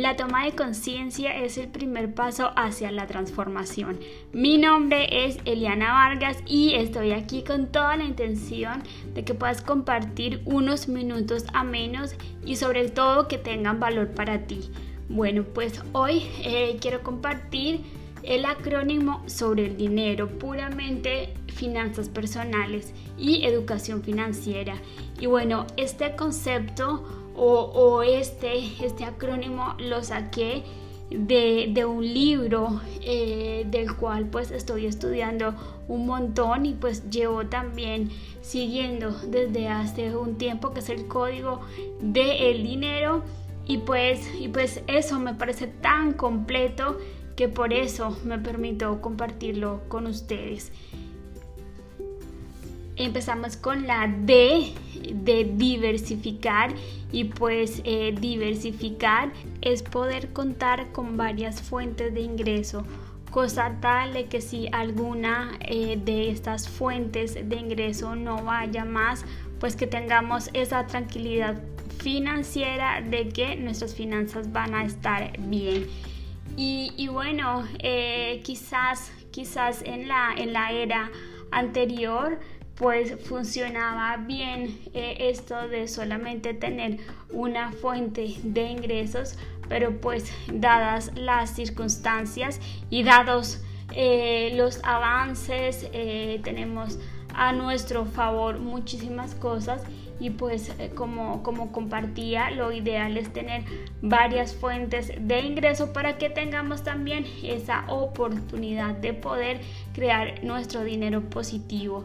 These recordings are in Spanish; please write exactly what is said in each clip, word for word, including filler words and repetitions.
La toma de conciencia es el primer paso hacia la transformación. Mi nombre es Eliana Vargas y estoy aquí con toda la intención de que puedas compartir unos minutos amenos y sobre todo que tengan valor para ti. Bueno, pues hoy eh, quiero compartir el acrónimo sobre el dinero, puramente finanzas personales y educación financiera. Y bueno, este concepto o, o este, este acrónimo lo saqué de, de un libro eh, del cual pues estoy estudiando un montón y pues llevo también siguiendo desde hace un tiempo, que es el Código del Dinero. Y pues, y pues eso me parece tan completo que por eso me permito compartirlo con ustedes. Empezamos con la D de diversificar y pues eh, diversificar es poder contar con varias fuentes de ingreso, cosa tal de que si alguna eh, de estas fuentes de ingreso no vaya más, pues que tengamos esa tranquilidad financiera de que nuestras finanzas van a estar bien. Y, y bueno, eh, quizás, quizás en la, en la era anterior pues funcionaba bien eh, esto de solamente tener una fuente de ingresos, pero pues dadas las circunstancias y dados eh, los avances, eh, tenemos a nuestro favor muchísimas cosas. Y pues eh, como, como compartía, lo ideal es tener varias fuentes de ingreso para que tengamos también esa oportunidad de poder crear nuestro dinero positivo.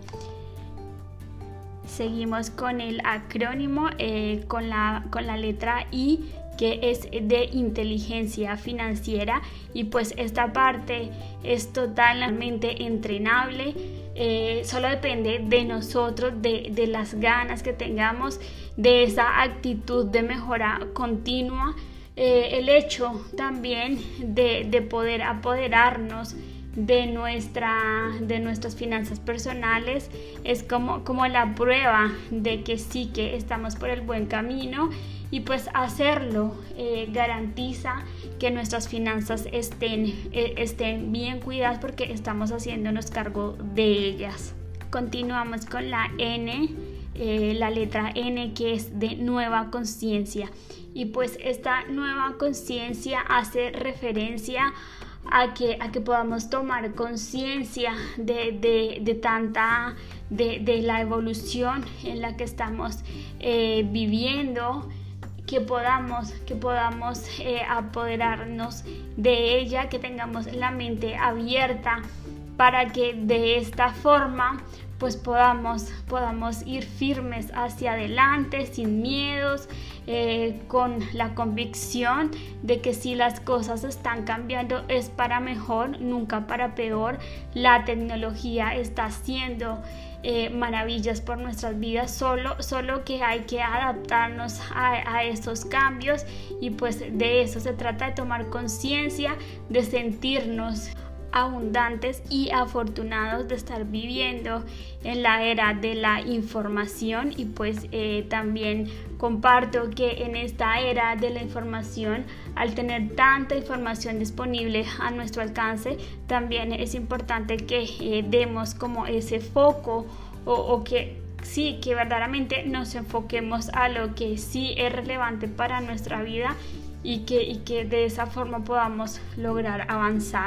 Seguimos con el acrónimo, eh, con, la, con la letra I, que es de inteligencia financiera, y pues esta parte es totalmente entrenable. Eh, solo depende de nosotros, de, de las ganas que tengamos, de esa actitud de mejora continua, eh, el hecho también de, de poder apoderarnos de, nuestra, de nuestras finanzas personales es como, como la prueba de que sí que estamos por el buen camino. Y pues hacerlo eh, garantiza que nuestras finanzas estén, eh, estén bien cuidadas porque estamos haciéndonos cargo de ellas. Continuamos con la N, eh, la letra N, que es de nueva conciencia. Y pues esta nueva conciencia hace referencia a que, a que podamos tomar conciencia de, de, de tanta, de, de la evolución en la que estamos eh, viviendo, que podamos, que podamos eh, apoderarnos de ella, que tengamos la mente abierta para que de esta forma pues podamos, podamos ir firmes hacia adelante, sin miedos, eh, con la convicción de que si las cosas están cambiando es para mejor, nunca para peor. La tecnología está haciendo eh, maravillas por nuestras vidas, solo, solo que hay que adaptarnos a, a estos cambios, y pues de eso se trata, de tomar conciencia, de sentirnos abundantes y afortunados de estar viviendo en la era de la información. Y pues eh, también comparto que en esta era de la información, al tener tanta información disponible a nuestro alcance, también es importante que eh, demos como ese foco o, o que sí, que verdaderamente nos enfoquemos a lo que sí es relevante para nuestra vida, y que, y que de esa forma podamos lograr avanzar.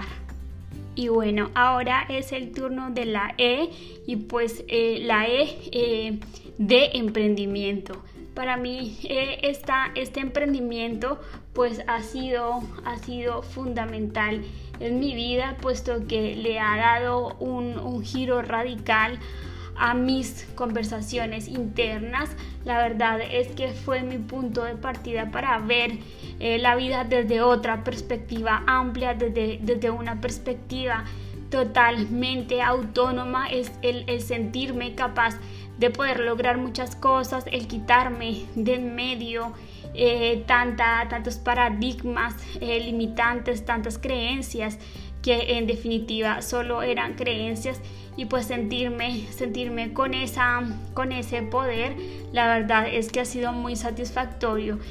Y bueno, ahora es el turno de la E, y pues eh, la E eh, de emprendimiento. Para mí eh, esta, este emprendimiento pues ha sido, ha sido fundamental en mi vida, puesto que le ha dado un, un giro radical a mis conversaciones internas. La verdad es que fue mi punto de partida para ver eh, la vida desde otra perspectiva amplia, desde, desde una perspectiva totalmente autónoma. Es el, el sentirme capaz de poder lograr muchas cosas, el quitarme de en medio eh, tanta, tantos paradigmas eh, limitantes, tantas creencias que en definitiva solo eran creencias, y pues sentirme, sentirme con, esa, con ese poder, la verdad es que ha sido muy satisfactorio.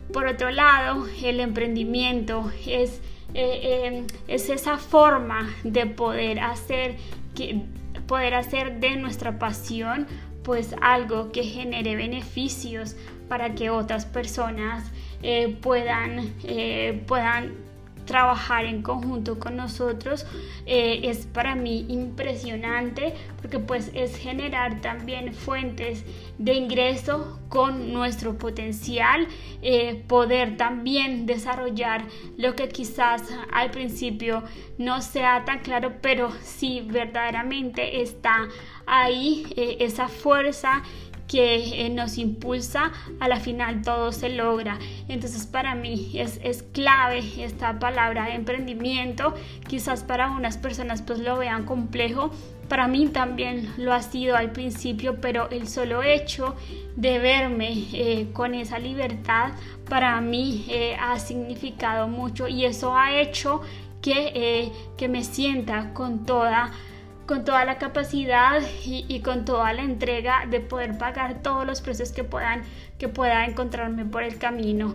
Por otro lado, el emprendimiento es, eh, eh, es esa forma de poder hacer, que, poder hacer de nuestra pasión pues algo que genere beneficios para que otras personas eh, puedan, eh, puedan trabajar en conjunto con nosotros. Eh, es para mí impresionante porque pues es generar también fuentes de ingreso con nuestro potencial, eh, poder también desarrollar lo que quizás al principio no sea tan claro, pero sí verdaderamente está ahí, eh, esa fuerza que eh, nos impulsa, a la final todo se logra. Entonces para mí es, es clave esta palabra de emprendimiento. Quizás para unas personas pues lo vean complejo, para mí también lo ha sido al principio, pero el solo hecho de verme eh, con esa libertad para mí eh, ha significado mucho, y eso ha hecho que, eh, que me sienta con toda con toda la capacidad y, y con toda la entrega de poder pagar todos los precios que puedan que pueda encontrarme por el camino.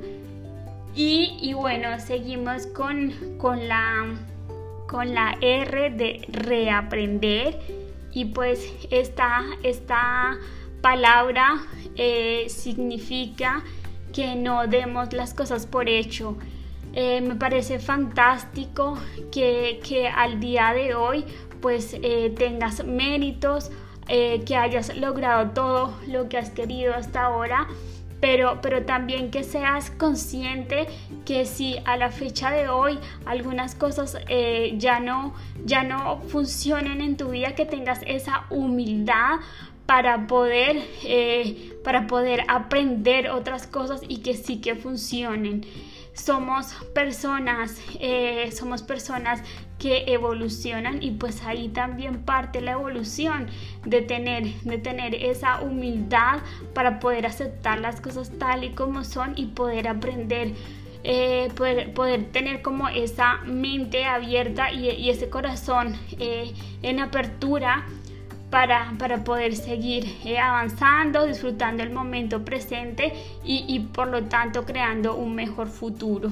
Y, y bueno, seguimos con, con, la, con la R de reaprender, y pues esta, esta palabra eh, significa que no demos las cosas por hecho. Eh, me parece fantástico que, que al día de hoy pues eh, tengas méritos, eh, que hayas logrado todo lo que has querido hasta ahora, pero, pero también que seas consciente que si a la fecha de hoy algunas cosas eh, ya, no, ya no funcionan en tu vida, que tengas esa humildad para poder, eh, para poder aprender otras cosas y que sí que funcionen. Somos personas, eh, somos personas que evolucionan, y pues ahí también parte la evolución de tener, de tener esa humildad para poder aceptar las cosas tal y como son y poder aprender, eh, poder, poder tener como esa mente abierta y, y ese corazón eh, en apertura Para, para poder seguir eh, avanzando, disfrutando el momento presente y, y por lo tanto creando un mejor futuro.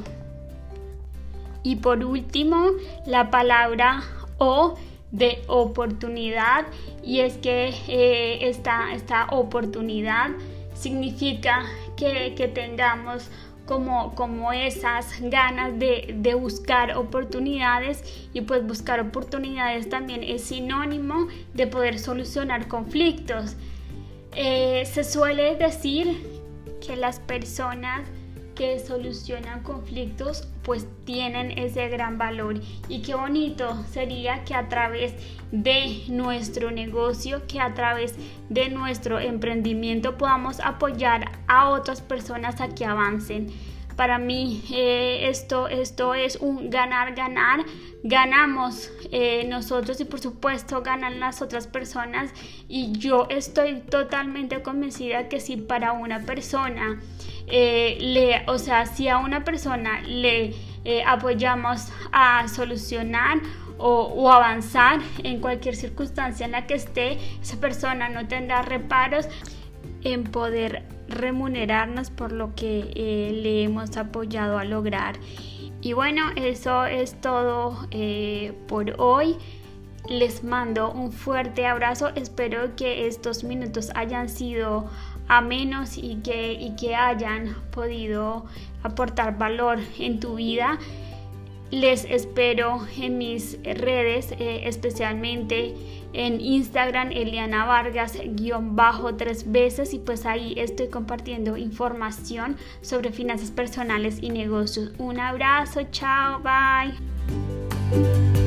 Y por último, la palabra O de oportunidad, y es que eh, esta, esta oportunidad significa que, que tengamos Como, como esas ganas de, de buscar oportunidades, y pues buscar oportunidades también es sinónimo de poder solucionar conflictos. Eh, se suele decir que las personas que solucionan conflictos pues tienen ese gran valor, y qué bonito sería que a través de nuestro negocio, que a través de nuestro emprendimiento podamos apoyar a otras personas a que avancen. Para mí eh, esto, esto es un ganar, ganar, ganamos eh, nosotros y por supuesto ganan las otras personas, y yo estoy totalmente convencida que si para una persona eh, le, o sea, si a una persona le eh, apoyamos a solucionar o, o avanzar en cualquier circunstancia en la que esté, esa persona no tendrá reparos en poder remunerarnos por lo que eh, le hemos apoyado a lograr. Y bueno, eso es todo eh, por hoy. Les mando un fuerte abrazo. Espero que estos minutos hayan sido amenos y que, y que hayan podido aportar valor en tu vida. Les espero en mis redes, eh, especialmente en Instagram, Eliana Vargas guión bajo tres veces, y pues ahí estoy compartiendo información sobre finanzas personales y negocios. Un abrazo, chao, bye.